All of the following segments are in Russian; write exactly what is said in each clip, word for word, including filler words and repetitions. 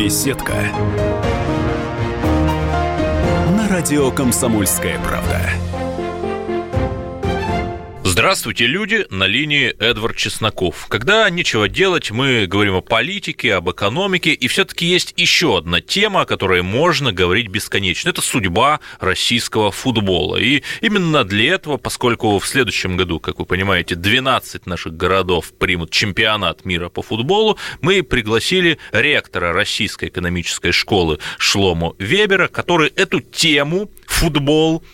Беседка. На радио «Комсомольская правда». Здравствуйте, люди, на линии Эдвард Чесноков. Когда нечего делать, мы говорим о политике, об экономике, и все-таки есть еще одна тема, о которой можно говорить бесконечно. Это судьба российского футбола. И именно для этого, поскольку в следующем году, как вы понимаете, двенадцать наших городов примут чемпионат мира по футболу, мы пригласили ректора Российской экономической школы Шлому Вебера, который эту тему, футбол,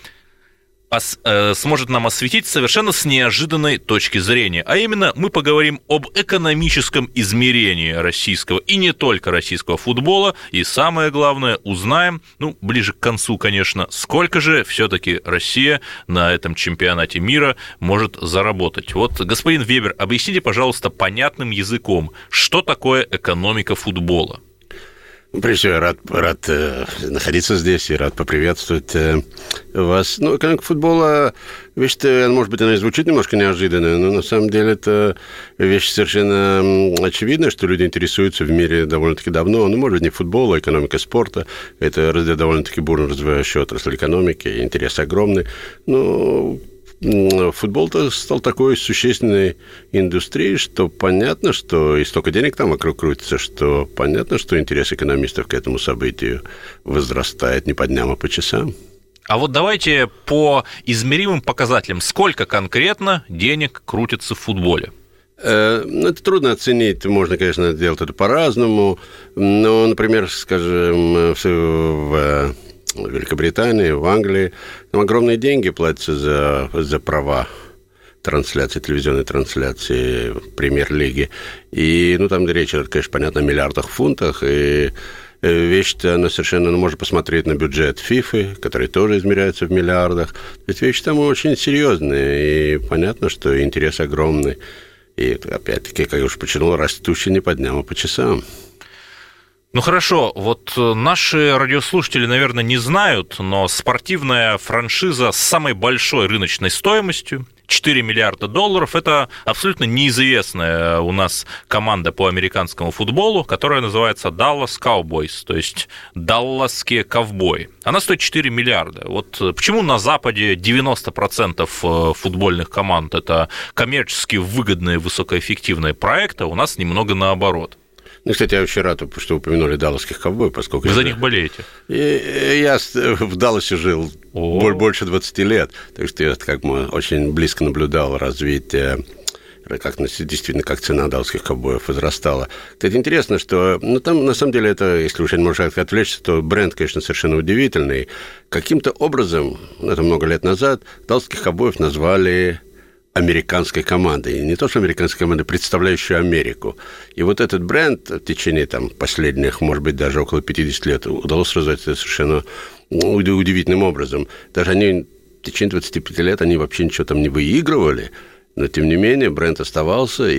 Ос, э, сможет нам осветить совершенно с неожиданной точки зрения. А именно, мы поговорим об экономическом измерении российского и не только российского футбола. И самое главное, узнаем, ну, ближе к концу, конечно, сколько же все-таки Россия на этом чемпионате мира может заработать. Вот, господин Вебер, объясните, пожалуйста, понятным языком, что такое экономика футбола? Прежде всего, я рад, рад э, находиться здесь и рад поприветствовать э, вас. Ну, экономика футбола, вещь-то, может быть, она и звучит немножко неожиданно, но на самом деле это вещь совершенно очевидная, что люди интересуются в мире довольно-таки давно. Ну, может быть, не футбол, а экономика спорта. Это довольно-таки бурно развивающая отрасль экономики, интерес огромный. Ну, футбол-то стал такой существенной индустрией, что понятно, что и столько денег там вокруг крутится, что понятно, что интерес экономистов к этому событию возрастает не по дням, а по часам. А вот давайте по измеримым показателям. Сколько конкретно денег крутится в футболе? Это трудно оценить, можно, конечно, делать это по-разному, но, например, скажем, в в Великобритании, в Англии, там огромные деньги платятся за, за права трансляции, телевизионной трансляции премьер-лиги. И, ну, там речь идет, конечно, понятно, о миллиардах фунтах, и вещь-то, она совершенно, ну, можно посмотреть на бюджет ФИФы, который тоже измеряется в миллиардах. То есть вещи там очень серьезные, и понятно, что интерес огромный. И, опять-таки, как я уже подчеркнул, растущий не по дням, а по часам. Ну хорошо, вот наши радиослушатели, наверное, не знают, но спортивная франшиза с самой большой рыночной стоимостью, четыре миллиарда долларов, это абсолютно неизвестная у нас команда по американскому футболу, которая называется Dallas Cowboys, то есть далласские ковбои. Она стоит четыре миллиарда. Вот почему на Западе девяносто процентов футбольных команд – это коммерчески выгодные, высокоэффективные проекты, а у нас немного наоборот? Ну, кстати, я очень рад, что вы упомянули далласских ковбоев, поскольку... Вы я... за них болеете? И, я в Далласе жил О. больше двадцати лет, так что я как бы очень близко наблюдал развитие, как действительно, как цена далласских ковбоев возрастала. Кстати, интересно, что... Ну, там, на самом деле, это, если уж немножко отвлечься, то бренд, конечно, совершенно удивительный. Каким-то образом, это много лет назад, далласских ковбоев назвали... американской командой. Не то, что американской командой, представляющей Америку. И вот этот бренд в течение там, последних, может быть, даже около пятидесяти лет удалось развивать совершенно удивительным образом. Даже они в течение двадцати пяти лет они вообще ничего там не выигрывали, но, тем не менее, бренд оставался,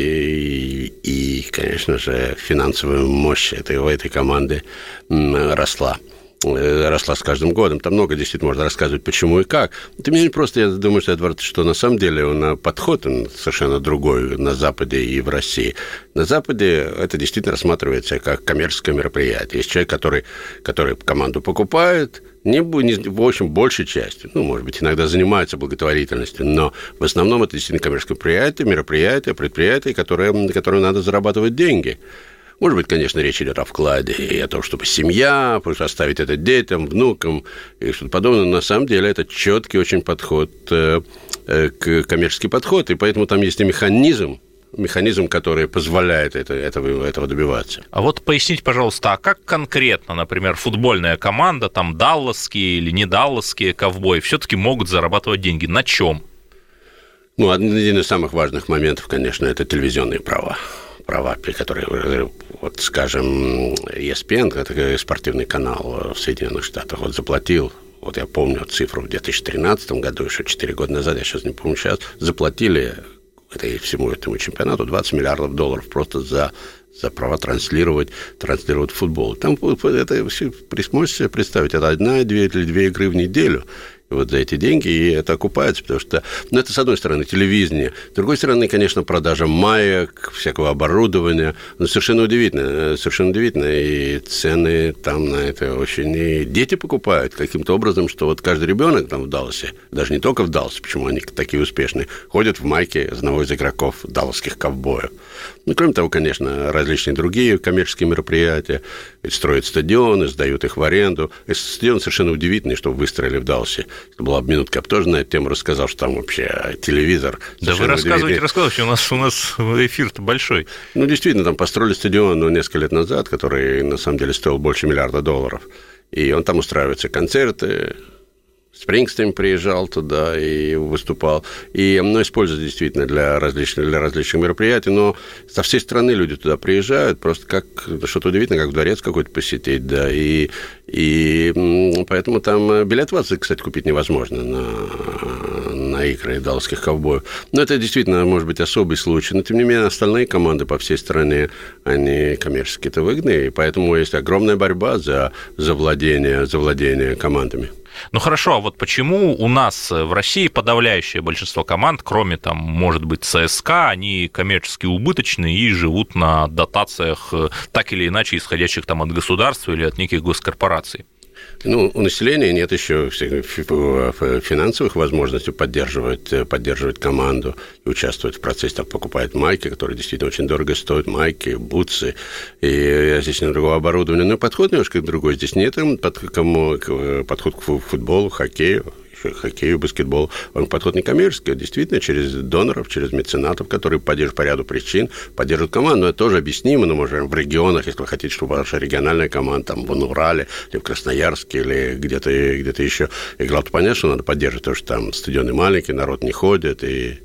и, и конечно же, финансовая мощь этой, этой команды росла. росла с каждым годом. Там много действительно можно рассказывать, почему и как. Тем не менее, просто я думаю, что, Эдвард, что на самом деле он, подход он совершенно другой на Западе и в России. На Западе это действительно рассматривается как коммерческое мероприятие. Есть человек, который, который команду покупает, не, не, в общем, большей частью, ну, может быть, иногда занимается благотворительностью, но в основном это действительно коммерческое мероприятие, мероприятие, предприятие, которое, на которое надо зарабатывать деньги. Может быть, конечно, речь идет о вкладе и о том, чтобы семья, оставить это детям, внукам и что-то подобное. Но на самом деле это четкий очень подход, коммерческий подход, и поэтому там есть и механизм, механизм, который позволяет это, этого, этого добиваться. А вот поясните, пожалуйста, а как конкретно, например, футбольная команда, там, далласские или не далласские ковбои, все-таки могут зарабатывать деньги? На чем? Ну, один из самых важных моментов, конечно, это телевизионные права. Права, которые, вот, скажем, и эс пи эн, это спортивный канал в Соединенных Штатах, вот заплатил, вот я помню цифру в две тысячи тринадцатом году, еще четыре года назад, я сейчас не помню сейчас, заплатили этой, всему этому чемпионату двадцать миллиардов долларов просто за, за права транслировать, транслировать футбол. Там это можете себе представить, это одна, две или две игры в неделю. Вот за эти деньги, и это окупается, потому что, ну, это, с одной стороны, телевидение, с другой стороны, конечно, продажа маек, всякого оборудования, ну, совершенно удивительно, совершенно удивительно, и цены там на это очень, и дети покупают каким-то образом, что вот каждый ребенок там в Далласе, даже не только в Далласе, почему они такие успешные, ходят в майке одного из игроков далласских ковбоев. Ну, кроме того, конечно, различные другие коммерческие мероприятия, строят стадионы, сдают их в аренду. И стадион совершенно удивительный, что выстроили в Далласе. Это была минутка, я бы тоже на эту тему рассказал, что там вообще телевизор. Да вы рассказывайте, рассказывайте, у нас, у нас эфир-то большой. Ну, действительно, там построили стадион ну, несколько лет назад, который, на самом деле, стоил больше миллиарда долларов. И он там устраиваются концерты. Спрингстин приезжал туда и выступал. И оно используется действительно для различных, для различных мероприятий, но со всей страны люди туда приезжают, просто как что-то удивительное, как в дворец какой-то посетить, да, и, и поэтому там билет в Азии, кстати, купить невозможно на, на игры далласских ковбоев. Но это действительно может быть особый случай, но тем не менее остальные команды по всей стране, они коммерчески-то выгодны, и поэтому есть огромная борьба за, за, владение, за владение командами. Ну хорошо, а вот почему у нас в России подавляющее большинство команд, кроме там, может быть, ЦСКА, они коммерчески убыточны и живут на дотациях так или иначе исходящих там от государства или от неких госкорпораций? Ну, у населения нет еще финансовых возможностей поддерживать, поддерживать команду и участвовать в процессе, там покупают майки, которые действительно очень дорого стоят, майки, бутсы и здесь нет другого оборудования. Но подход немножко другой. Здесь нет подход к футболу, хоккею, хоккею, баскетболу. Он подход не коммерческий, а действительно через доноров, через меценатов, которые поддерживают по ряду причин, поддерживают команду. Но это тоже объяснимо, но, может, в регионах, если вы хотите, чтобы ваша региональная команда там в Урале, или в Красноярске, или где-то, где-то еще играла, то понятно, что надо поддерживать, потому что там стадионы маленькие, народ не ходит, и,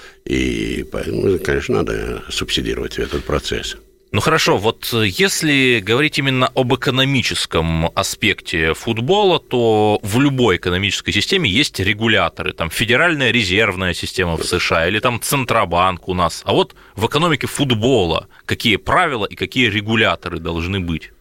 и поэтому, конечно, надо субсидировать этот процесс. Ну хорошо, вот если говорить именно об экономическом аспекте футбола, то в любой экономической системе есть регуляторы, там федеральная резервная система в США или там Центробанк у нас. А вот в экономике футбола какие правила и какие регуляторы должны быть?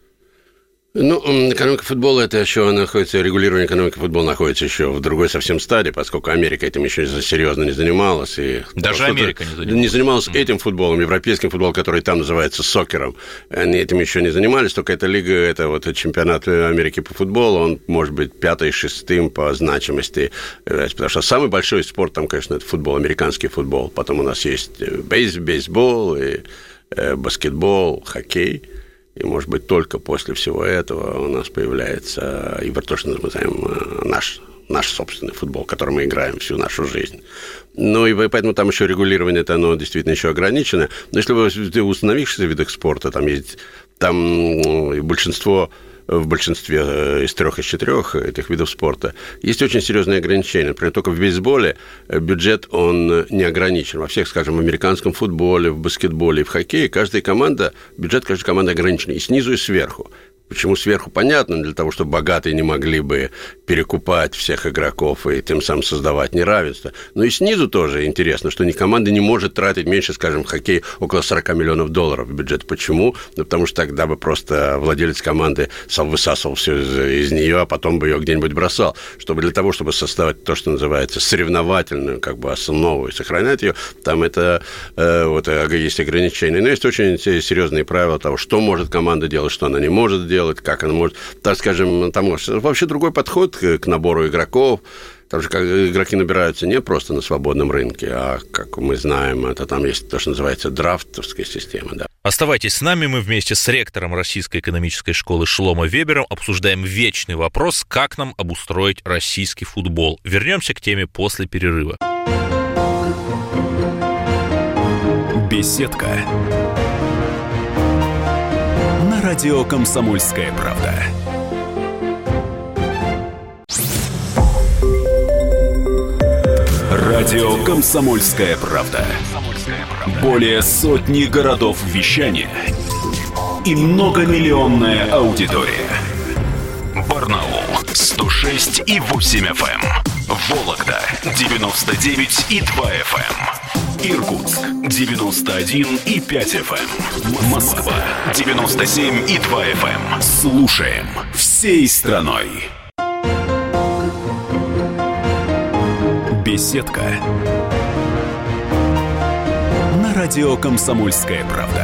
Ну, экономика футбола, это еще находится, регулирование экономики футбола находится еще в другой совсем стадии, поскольку Америка этим еще серьезно не занималась. И даже Америка не занималась. Не занималась этим футболом, европейским футболом, который там называется сокером. Они этим еще не занимались, только эта лига, это вот чемпионат Америки по футболу, он может быть пятый, шестым по значимости, потому что самый большой спорт там, конечно, это футбол, американский футбол. Потом у нас есть бейс, бейсбол, и баскетбол, хоккей. И, может быть, только после всего этого у нас появляется и то, что мы называем наш, наш собственный футбол, который мы играем всю нашу жизнь. Ну, и поэтому там еще регулирование, это оно действительно еще ограничено. Но если вы в установившихся видах спорта, там есть там большинство... в большинстве из трех из четырех этих видов спорта есть очень серьезные ограничения. Например, только в бейсболе бюджет, он не ограничен. Во всех, скажем, в американском футболе, в баскетболе и в хоккее каждая команда, бюджет каждой команды ограничен и снизу, и сверху. Почему сверху, понятно, для того, чтобы богатые не могли бы перекупать всех игроков и тем самым создавать неравенство. Но и снизу тоже интересно, что ни команда не может тратить меньше, скажем, в хоккей около сорок миллионов долларов в бюджет. Почему? Ну, потому что тогда бы просто владелец команды сам высасывал все из, из нее, а потом бы ее где-нибудь бросал. Чтобы для того, чтобы создавать то, что называется соревновательную как бы основу и сохранять ее, там это э, вот, есть ограничения. Но есть очень серьезные правила того, что может команда делать, что она не может делать, как она может, так скажем, там вообще другой подход к набору игроков. Там же как игроки набираются не просто на свободном рынке, а, как мы знаем, это там есть то, что называется драфтовская система. Да. Оставайтесь с нами, мы вместе с ректором Российской экономической школы Шломо Вебером обсуждаем вечный вопрос, как нам обустроить российский футбол. Вернемся к теме после перерыва. Беседка. На радио «Комсомольская правда». Радио «Комсомольская правда». Более сотни городов вещания и многомиллионная аудитория. Барнаул сто шесть и восемь эф эм. Вологда девяносто девять и два эф эм. Иркутск девяносто один и пять эф эм. Москва девяносто семь и два эф эм. Слушаем всей страной. Беседка. На радио «Комсомольская правда».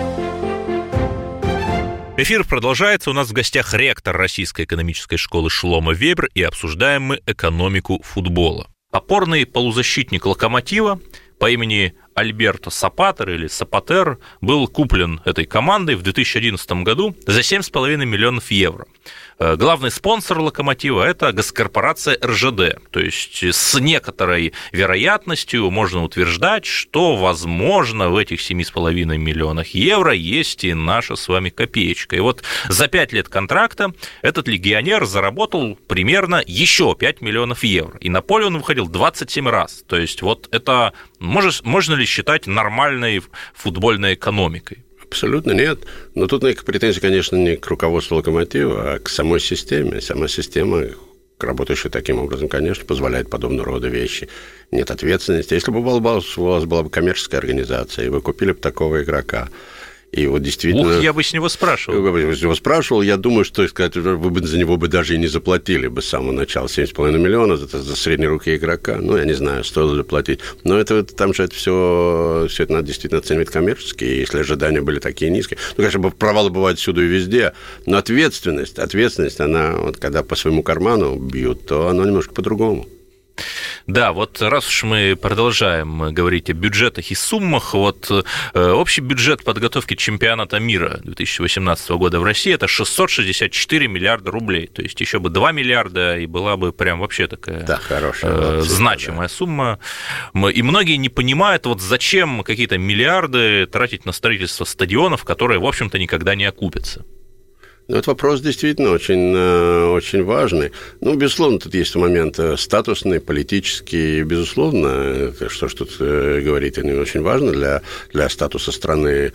Эфир продолжается. У нас в гостях ректор Российской экономической школы Шломо Вебер, и обсуждаем мы экономику футбола. Опорный полузащитник «Локомотива» по имени Альберто Сапатер или Сапатер был куплен этой командой в две тысячи одиннадцатом году за семь с половиной миллионов евро. Главный спонсор «Локомотива» – это госкорпорация эр жэ дэ. То есть с некоторой вероятностью можно утверждать, что, возможно, в этих семи с половиной миллионах евро есть и наша с вами копеечка. И вот за пять лет контракта этот легионер заработал примерно еще пять миллионов евро. И на поле он выходил двадцать семь раз. То есть вот это можно ли считать нормальной футбольной экономикой? Абсолютно нет. Но тут претензии, конечно, не к руководству «Локомотива», а к самой системе. Сама система, работающая таким образом, конечно, позволяет подобного рода вещи. Нет ответственности. Если бы у вас была бы коммерческая организация, и вы купили бы такого игрока, и вот действительно... Ух, я бы с него спрашивал. Я бы с него спрашивал, я думаю, что сказать, вы бы за него бы даже и не заплатили бы с самого начала семь с половиной миллионов за, за средней руки игрока. Ну, я не знаю, стоило ли платить. Но это, там же это все, все это надо действительно оценивать коммерчески, и если ожидания были такие низкие. Ну, конечно, провалы бывают всюду и везде, но ответственность, ответственность, она, вот, когда по своему карману бьют, то она немножко по-другому. Да, вот раз уж мы продолжаем говорить о бюджетах и суммах, вот э, общий бюджет подготовки чемпионата мира две тысячи восемнадцатого года в России – это шестьсот шестьдесят четыре миллиарда рублей, то есть еще бы два миллиарда, и была бы прям вообще такая да, хорошая, э, значимая да. сумма. И многие не понимают, вот зачем какие-то миллиарды тратить на строительство стадионов, которые, в общем-то, никогда не окупятся. Ну, этот вопрос действительно очень, очень важный. Ну, безусловно, тут есть момент статусный, политический, безусловно, что ж тут говорить, это очень важно для, для статуса страны.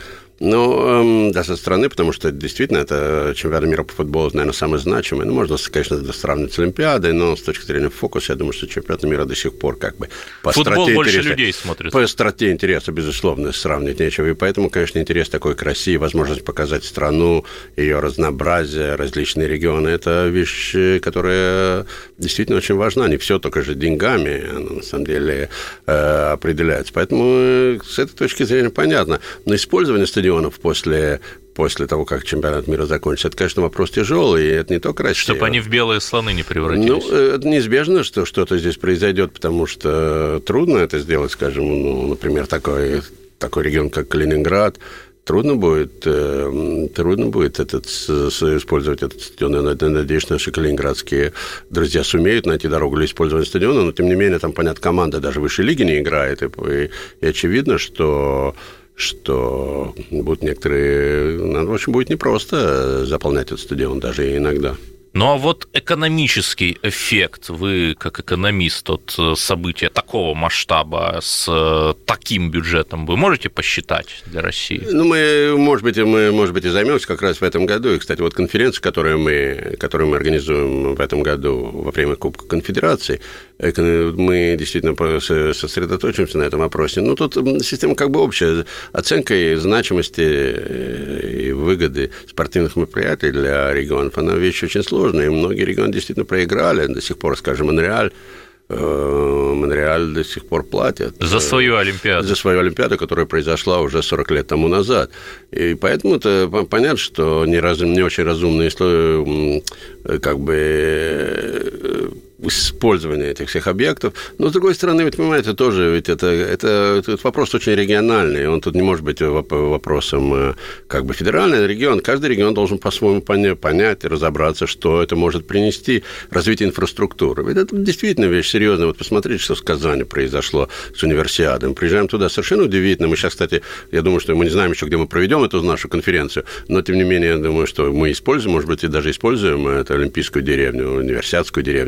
Ну, да, со стороны, потому что действительно это чемпионат мира по футболу, наверное, самый значимый. Ну, можно, конечно, сравнивать с Олимпиадой, но с точки зрения фокуса, я думаю, что чемпионат мира до сих пор как бы по футбол страте больше интереса, людей смотрят. По страте интереса, безусловно, сравнивать нечего. И поэтому, конечно, интерес такой к России, возможность показать страну, ее разнообразие, различные регионы, это вещь, которая действительно очень важна. Не все только же деньгами, она, на самом деле, определяется. Поэтому с этой точки зрения понятно. Но использование стадиона После, после того, как чемпионат мира закончится, это, конечно, вопрос тяжелый, и это не только Россия. Чтобы они в белые слоны не превратились. Ну, это неизбежно, что что-то здесь произойдет, потому что трудно это сделать, скажем, ну, например, такой, такой регион, как Калининград. Трудно будет, трудно будет этот, использовать этот стадион. Я надеюсь, что наши калининградские друзья сумеют найти дорогу для использования стадиона, но, тем не менее, там, понятно, команда даже высшей лиги не играет, и, и очевидно, что... что будут некоторые... В общем, будет непросто заполнять этот стадион даже иногда. Ну, а вот экономический эффект, вы, как экономист, от события такого масштаба с таким бюджетом, вы можете посчитать для России? Ну, мы, может быть, мы, может быть, и займемся как раз в этом году. И, кстати, вот конференция, которую мы, которую мы организуем в этом году во время Кубка Конфедерации, мы действительно сосредоточимся на этом вопросе. Ну, тут система как бы общая. Оценка и значимости и выгоды спортивных мероприятий для регионов, она вещь очень сложная. И многие регионы действительно проиграли. До сих пор, скажем, Монреаль, Монреаль до сих пор платят. За свою Олимпиаду. За свою Олимпиаду, которая произошла уже сорок лет тому назад. И поэтому это понятно, что не, раз, не очень разумно, если как бы использование этих всех объектов. Но, с другой стороны, ведь, понимаете, тоже ведь это, это, это вопрос очень региональный. Он тут не может быть вопросом как бы федеральный регион. Каждый регион должен по-своему понять и разобраться, что это может принести развитие инфраструктуры. Ведь это действительно вещь серьезная. Вот посмотрите, что в Казани произошло с универсиадой. Мы приезжаем туда, совершенно удивительно. Мы сейчас, кстати, я думаю, что мы не знаем еще, где мы проведем эту нашу конференцию, но, тем не менее, я думаю, что мы используем, может быть, и даже используем эту олимпийскую деревню, универсиадскую деревню Казани.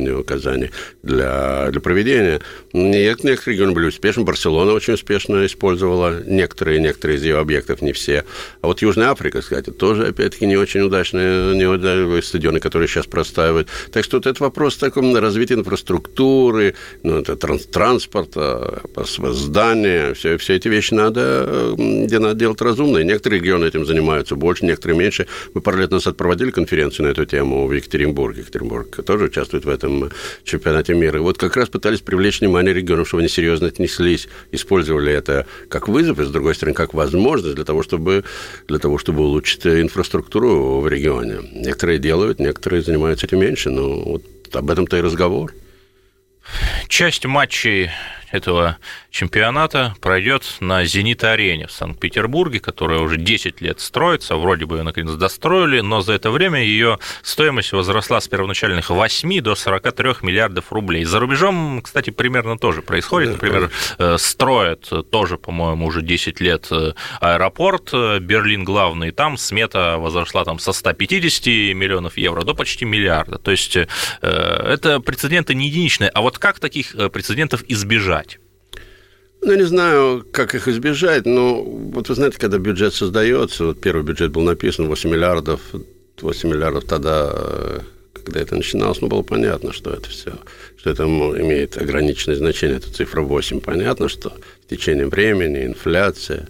Казани для, для проведения. Некоторые регионы были успешны. Барселона очень успешно использовала некоторые, некоторые из ее объектов, не все. А вот Южная Африка, кстати, тоже, опять-таки, не очень удачные, неудачные стадионы, которые сейчас простаивают. Так что вот это вопрос такого развития инфраструктуры, ну, это транс- транспорта, здания, все, все эти вещи надо, где надо делать разумно. И некоторые регионы этим занимаются больше, некоторые меньше. Мы пару лет назад проводили конференцию на эту тему в Екатеринбурге. Екатеринбург тоже участвует в этом чемпионате мира. И вот как раз пытались привлечь внимание регионов, чтобы они серьезно отнеслись, использовали это как вызов, и, с другой стороны, как возможность для того, чтобы, для того, чтобы улучшить инфраструктуру в регионе. Некоторые делают, некоторые занимаются этим меньше, но вот об этом-то и разговор. Часть матчей этого чемпионата пройдет на «Зенит-арене» в Санкт-Петербурге, которая уже десять лет строится, вроде бы ее наконец достроили, но за это время ее стоимость возросла с первоначальных восьми до сорока трёх миллиардов рублей. За рубежом, кстати, примерно тоже происходит. Например, строят тоже, по-моему, уже десять лет аэропорт Берлин главный, там смета возросла там, со ста пятидесяти миллионов евро до почти миллиарда. То есть это прецеденты не единичные. А вот как таких прецедентов избежать? Ну, не знаю, как их избежать, но вот вы знаете, когда бюджет создается, вот первый бюджет был написан, восемь миллиардов, восемь миллиардов тогда, когда это начиналось, ну, было понятно, что это все, что это имеет ограниченное значение, это цифра восемь. Понятно, что с течением времени инфляция,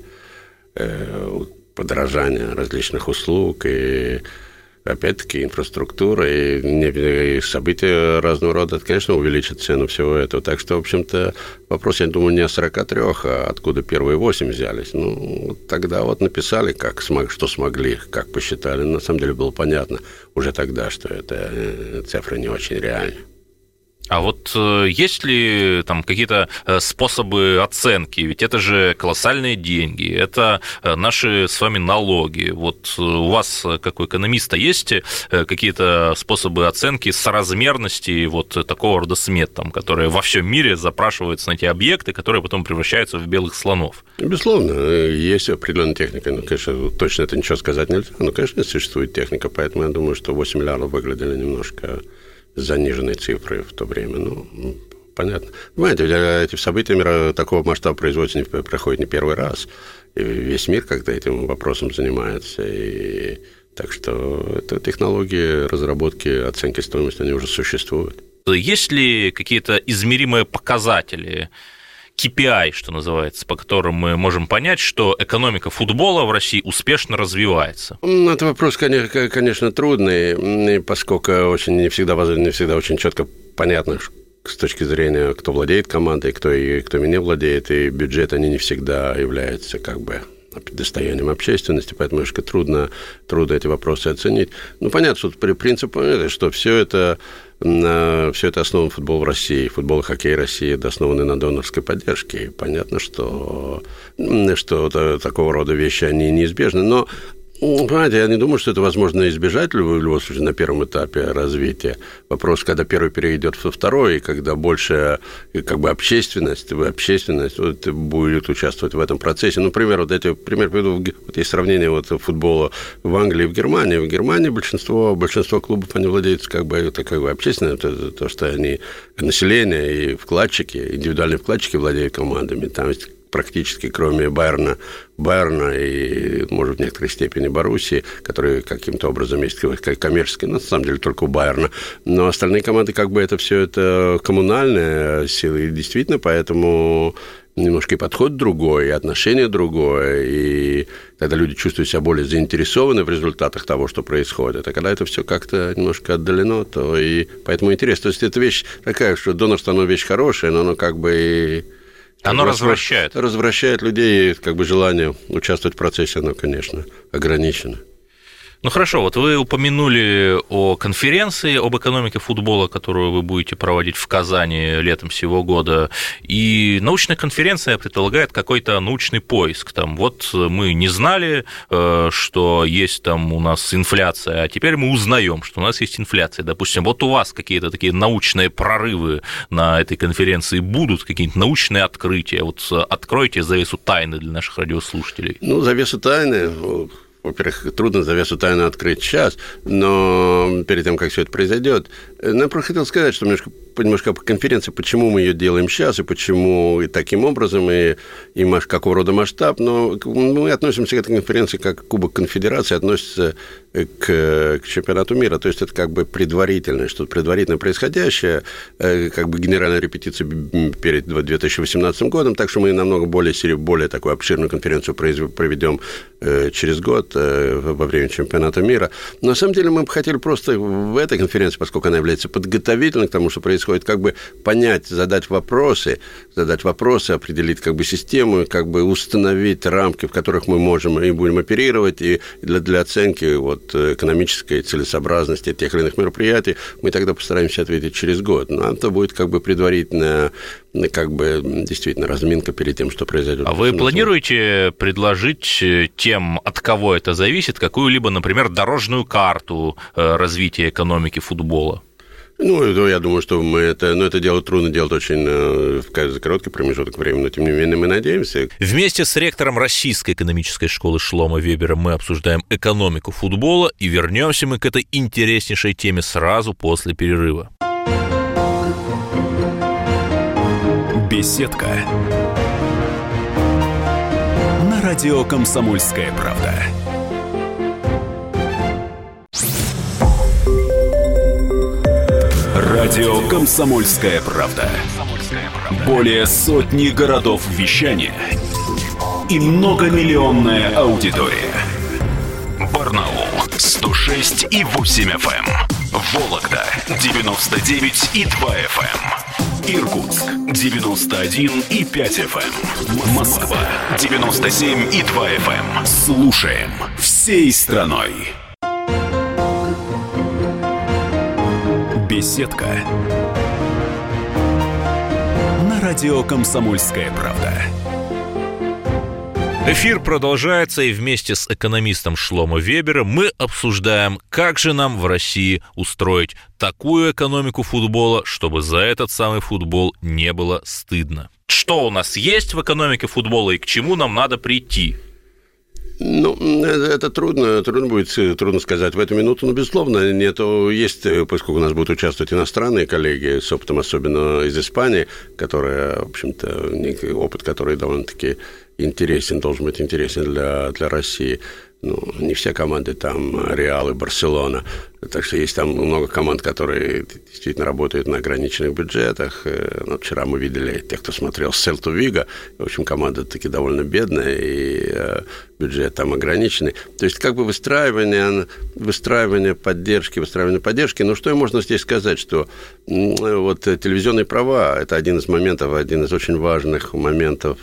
подорожание различных услуг и опять-таки, инфраструктура и события разного рода, это, конечно, увеличит цену всего этого. Так что, в общем-то, вопрос, я думаю, не о сорока трёх, а откуда первые восемь взялись. Ну, тогда вот написали, как смог, что смогли, как посчитали. На самом деле было понятно уже тогда, что это цифры не очень реальны. А вот есть ли там какие-то способы оценки? Ведь это же колоссальные деньги, это наши с вами налоги. Вот у вас, как у экономиста, есть какие-то способы оценки соразмерности вот такого рода смет, там, которые во всем мире запрашиваются на эти объекты, которые потом превращаются в белых слонов? Безусловно, есть определенная техника. Ну, конечно, точно это ничего сказать нельзя, но, конечно, существует техника, поэтому я думаю, что восемь миллиардов выглядели немножко заниженной цифрой в то время. Ну, понятно. Понимаете, эти события такого масштаба производства не проходят не первый раз. И весь мир как-то этим вопросом занимается. И так что это технологии разработки, оценки стоимости, они уже существуют. Есть ли какие-то измеримые показатели, кей пи ай, что называется, по которым мы можем понять, что экономика футбола в России успешно развивается? Это вопрос, конечно, конечно трудный, поскольку очень не всегда, не всегда очень четко понятно, с точки зрения, кто владеет командой, кто, и, кто не владеет, и бюджет, они не всегда являются как бы достоянием общественности, поэтому немножко трудно, трудно эти вопросы оценить. Ну, понятно, что принцип, что все это, все это основан футбол в России, футбол и хоккей России основаны на донорской поддержке. И понятно, что, что такого рода вещи, они неизбежны, но понимаете, я не думаю, что это возможно избежать в любом случае на первом этапе развития. Вопрос, когда первый перейдет во второй, и когда больше как бы общественность, общественность вот, будет участвовать в этом процессе. Например, вот эти, пример приведу, вот есть сравнение вот футбола в Англии и в Германии. В Германии большинство, большинство клубов, они владеют как бы, это как бы общественное, то, то, что они население и вкладчики, индивидуальные вкладчики владеют командами. Там есть практически, кроме Байерна, Байерна и, может, в некоторой степени Боруссии, которые каким-то образом есть коммерческие, но на самом деле только у Байерна. Но остальные команды, как бы это все это коммунальные силы, и действительно, поэтому немножко и подход другой, и отношение другое, и тогда люди чувствуют себя более заинтересованы в результатах того, что происходит. А когда это все как-то немножко отдалено, то и поэтому интересно. То есть это вещь такая, что донорство, оно вещь хорошая, но оно как бы и Оно развращает. Развращает людей, и как бы желание участвовать в процессе, оно, конечно, ограничено. Ну хорошо, вот вы упомянули о конференции об экономике футбола, которую вы будете проводить в Казани летом сего года, и научная конференция предполагает какой-то научный поиск. Там, вот мы не знали, что есть там у нас инфляция, а теперь мы узнаем, что у нас есть инфляция. Допустим, вот у вас какие-то такие научные прорывы на этой конференции будут, какие-нибудь научные открытия. Вот откройте завесу тайны для наших радиослушателей. Ну, завесу тайны... Во-первых, трудно завесу тайны открыть сейчас, но перед тем, как все это произойдет, Я просто хотел сказать, что немножко, немножко по конференции, почему мы ее делаем сейчас, и почему и таким образом, и, и какого рода масштаб, но мы относимся к этой конференции как Кубок Конфедерации относится к, к чемпионату мира, то есть это как бы предварительное, что-то предварительно происходящее, как бы генеральная репетиция перед две тысячи восемнадцатым годом, так что мы намного более, более такую обширную конференцию проведем через год во время чемпионата мира. Но на самом деле мы бы хотели просто в этой конференции, поскольку она является подготовительной к тому, что происходит, как бы понять, задать вопросы, задать вопросы, определить как бы систему, как бы установить рамки, в которых мы можем и будем оперировать, и для, для оценки вот, экономической целесообразности тех или иных мероприятий мы тогда постараемся ответить через год. Но это будет как бы предварительная, как бы действительно разминка перед тем, что произойдет. А вы планируете предложить тем, от кого это зависит, какую-либо, например, дорожную карту развития экономики футбола? Ну, я думаю, что мы это, ну, это дело трудно делать очень в короткий промежуток времени, но тем не менее мы надеемся. Вместе с ректором Российской экономической школы Шломо Вебера мы обсуждаем экономику футбола, и вернемся мы к этой интереснейшей теме сразу после перерыва. Беседка. На радио «Комсомольская правда». Радио «Комсомольская правда». Более сотни городов вещания и многомиллионная аудитория. Барнаул сто шесть и восемь эф эм, Вологда девяносто девять и два эф эм, Иркутск девяносто один и пять эф эм, Москва девяносто семь и два эф эм. Слушаем всей страной. Беседка. На радио «Комсомольская правда». Эфир продолжается, и вместе с экономистом Шломо Вебером мы обсуждаем, как же нам в России устроить такую экономику футбола, чтобы за этот самый футбол не было стыдно. Что у нас есть в экономике футбола и к чему нам надо прийти? Ну, это трудно, трудно будет трудно сказать в эту минуту, но, безусловно, нету, есть, поскольку у нас будут участвовать иностранные коллеги с опытом, особенно из Испании, которая, в общем-то, опыт, который довольно-таки интересен, должен быть интересен для, для России. Ну, не все команды там Реал и Барселона, так что есть там много команд, которые действительно работают на ограниченных бюджетах. Ну, вчера мы видели тех, кто смотрел Селту Виго, в общем, команда таки довольно бедная, и бюджет там ограниченный. То есть как бы выстраивание, выстраивание поддержки, выстраивание поддержки. Ну, что можно здесь сказать, что вот телевизионные права – это один из моментов, один из очень важных моментов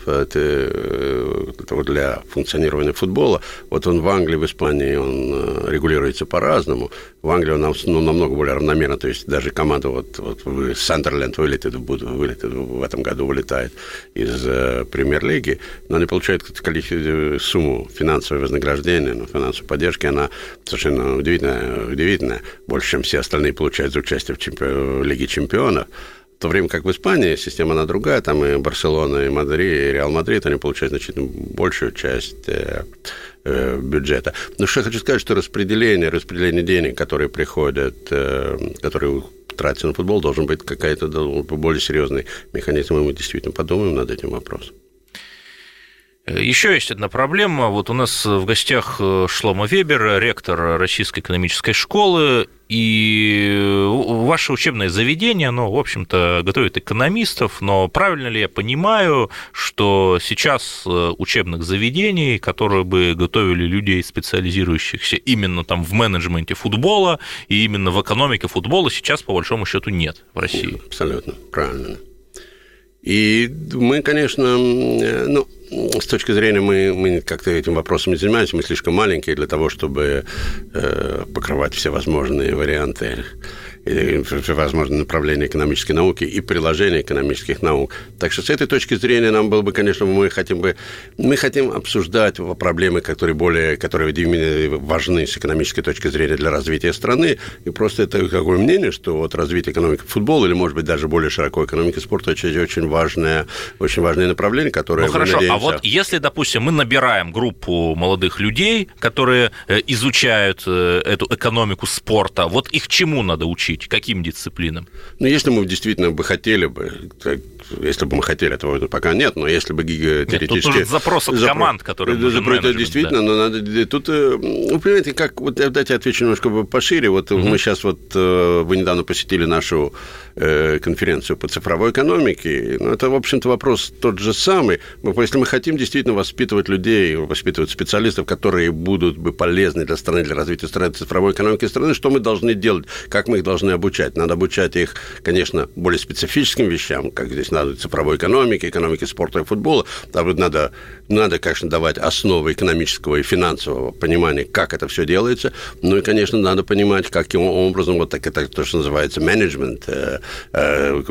для функционирования футбола. Вот он в Англии, в Испании он регулируется по-разному. В Англии он ну, намного более равномерно, то есть даже команда, вот, вот Сандерленд вылетит, вылетит, в этом году вылетает из э, премьер-лиги, но они получают количество, сумму финансового вознаграждения, ну, финансовой поддержки, она совершенно удивительная, удивительная, больше, чем все остальные получают за участие в, чемпи... в Лиге чемпионов. В то время как в Испании система, она другая, там и Барселона, и Мадрид, и Реал Мадрид, они получают значительно большую часть э, э, бюджета. Но что я хочу сказать, что распределение, распределение денег, которые приходят, э, которые тратятся на футбол, должен быть какая-то более серьезный механизм, и мы действительно подумаем над этим вопросом. Еще есть одна проблема. Вот у нас в гостях Шломо Вебер, ректор Российской экономической школы, и ваше учебное заведение, оно, в общем-то, готовит экономистов, но правильно ли я понимаю, что сейчас учебных заведений, которые бы готовили людей, специализирующихся именно там в менеджменте футбола и именно в экономике футбола, сейчас, по большому счету, нет в России? Абсолютно, правильно. И мы, конечно, ну, с точки зрения, мы, мы как-то этим вопросом не занимаемся, мы слишком маленькие для того, чтобы э, покрывать все возможные варианты, и все возможные направления экономической науки и приложения экономических наук. Так что с этой точки зрения нам было бы, конечно, мы хотим бы, мы хотим обсуждать проблемы, которые более, которые именно важны с экономической точки зрения для развития страны, и просто это какое мнение, что вот развитие экономики футбола, или, может быть, даже более широко экономики спорта, это очень важное, очень важное направление, которое ну, хорошо, надеемся... а вот если, допустим, мы набираем группу молодых людей, которые изучают эту экономику спорта, вот их чему надо учить? учить? Каким дисциплинам? Ну, если мы действительно бы хотели бы, если бы мы хотели, этого пока нет, но если бы теоретически... Нет, тут нужен запрос от Запро... команд, которые нужен менеджмент. Действительно, да. Но надо... Тут, вы понимаете, как... Вот дайте отвечу немножко пошире. Вот угу. мы сейчас вот... Вы недавно посетили нашу конференцию по цифровой экономике. Ну, это, в общем-то, вопрос тот же самый. Если мы хотим действительно воспитывать людей, воспитывать специалистов, которые будут бы полезны для страны, для развития страны, цифровой экономики страны, что мы должны делать, как мы их должны обучать? Надо обучать их, конечно, более специфическим вещам, как здесь надо цифровой экономике, экономике спорта и футбола. Там надо, надо, конечно, давать основы экономического и финансового понимания, как это все делается. Ну и, конечно, надо понимать, каким образом, вот так это то, что называется менеджмент, э, э,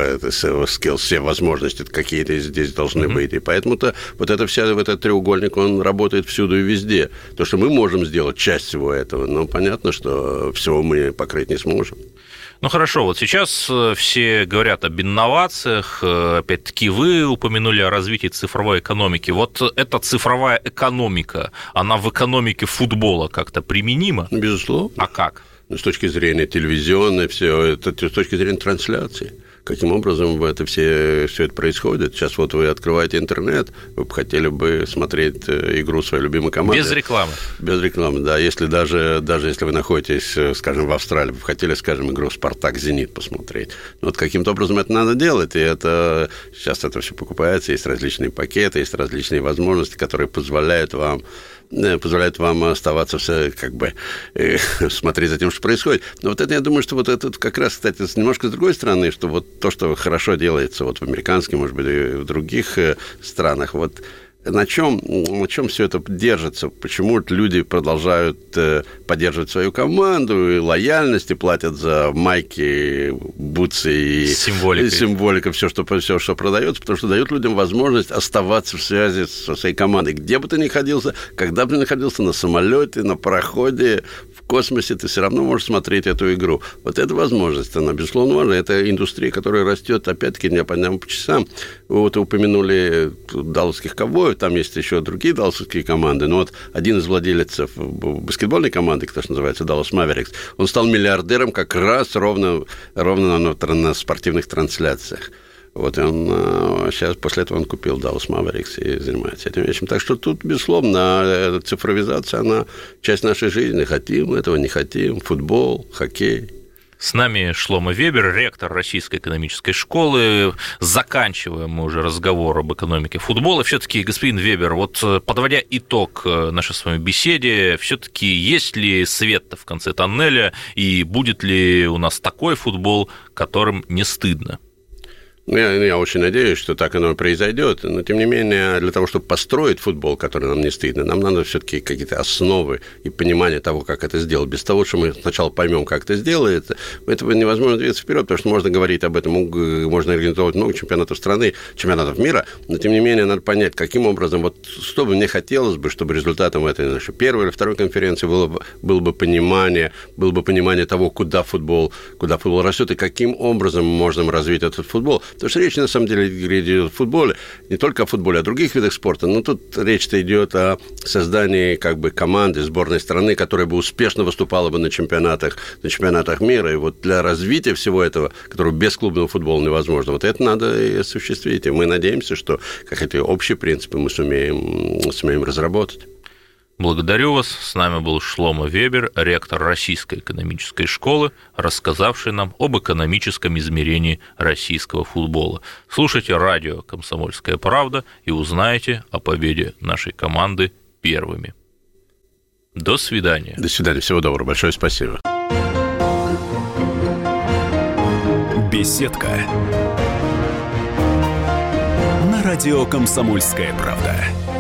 skills, все возможности какие-то здесь должны mm-hmm. быть. И поэтому-то вот это вся, вот этот треугольник, он работает всюду и везде. То, что мы можем сделать часть всего этого, но понятно, что всего мы покрыть не сможем. Ну, хорошо, вот сейчас все говорят об инновациях, опять-таки вы упомянули о развитии цифровой экономики. Вот эта цифровая экономика, она в экономике футбола как-то применима? Безусловно. А как? С точки зрения телевизионной, все это, с точки зрения трансляции. Каким образом это все, все это происходит? Сейчас вот вы открываете интернет, вы бы хотели бы смотреть игру своей любимой команды. Без рекламы. Без рекламы, да. Если даже, даже если вы находитесь, скажем, в Австралии, вы бы хотели, скажем, игру «Спартак-Зенит» посмотреть. Но вот каким-то образом это надо делать, и это сейчас это все покупается, есть различные пакеты, есть различные возможности, которые позволяют вам позволяет вам оставаться все, как бы, э, смотреть за тем, что происходит. Но вот это, я думаю, что вот это как раз, кстати, немножко с другой стороны, что вот то, что хорошо делается вот в американских, может быть, и в других странах, вот на чем, на чем все это держится? Почему люди продолжают поддерживать свою команду, и лояльность, и платят за майки, бутсы и символика, все что, все, что продается, потому что дают людям возможность оставаться в связи со своей командой. Где бы ты ни находился, когда бы ты находился, на самолете, на пароходе, в космосе, ты все равно можешь смотреть эту игру. Вот эта возможность, она, безусловно, важна. Это индустрия, которая растет, опять-таки, не по дням, по часам. Вы вот упомянули далласских ковбоев, там есть еще другие далласские команды, но вот один из владельцев баскетбольной команды, которая называется Dallas Mavericks, он стал миллиардером как раз ровно, ровно на, на спортивных трансляциях. Вот, и он сейчас, после этого он купил Dallas Mavericks и занимается этим вещем. Так что тут, безусловно, цифровизация, она часть нашей жизни. Хотим этого, не хотим. Футбол, хоккей. С нами Шломо Вебер, ректор Российской экономической школы. Заканчиваем мы уже разговор об экономике футбола. Все-таки, господин Вебер, вот подводя итог нашей с вами беседе, все-таки есть ли свет в конце тоннеля и будет ли у нас такой футбол, которым не стыдно? Я, я очень надеюсь, что так оно и произойдет, но, тем не менее, для того, чтобы построить футбол, который нам не стыдно, нам надо все-таки какие-то основы и понимание того, как это сделать. Без того, что мы сначала поймем, как это сделается, этого невозможно двигаться вперед, потому что можно говорить об этом, можно организовать много чемпионатов страны, чемпионатов мира, но, тем не менее, надо понять, каким образом, вот что бы мне хотелось бы, чтобы результатом этой нашей первой или второй конференции было бы, было бы понимание, было бы понимание того, куда футбол, куда футбол растет, и каким образом мы можем развить этот футбол. Потому что речь, на самом деле, идет о футболе, не только о футболе, а о других видах спорта, но тут речь-то идет о создании как бы команды, сборной страны, которая бы успешно выступала бы на чемпионатах, на чемпионатах мира. И вот для развития всего этого, которого без клубного футбола невозможно, вот это надо и осуществить. И мы надеемся, что какие-то общие принципы мы сумеем, сумеем разработать. Благодарю вас. С нами был Шломо Вебер, ректор Российской экономической школы, рассказавший нам об экономическом измерении российского футбола. Слушайте радио «Комсомольская правда» и узнаете о победе нашей команды первыми. До свидания. До свидания. Всего доброго. Большое спасибо. Беседка. На радио «Комсомольская правда».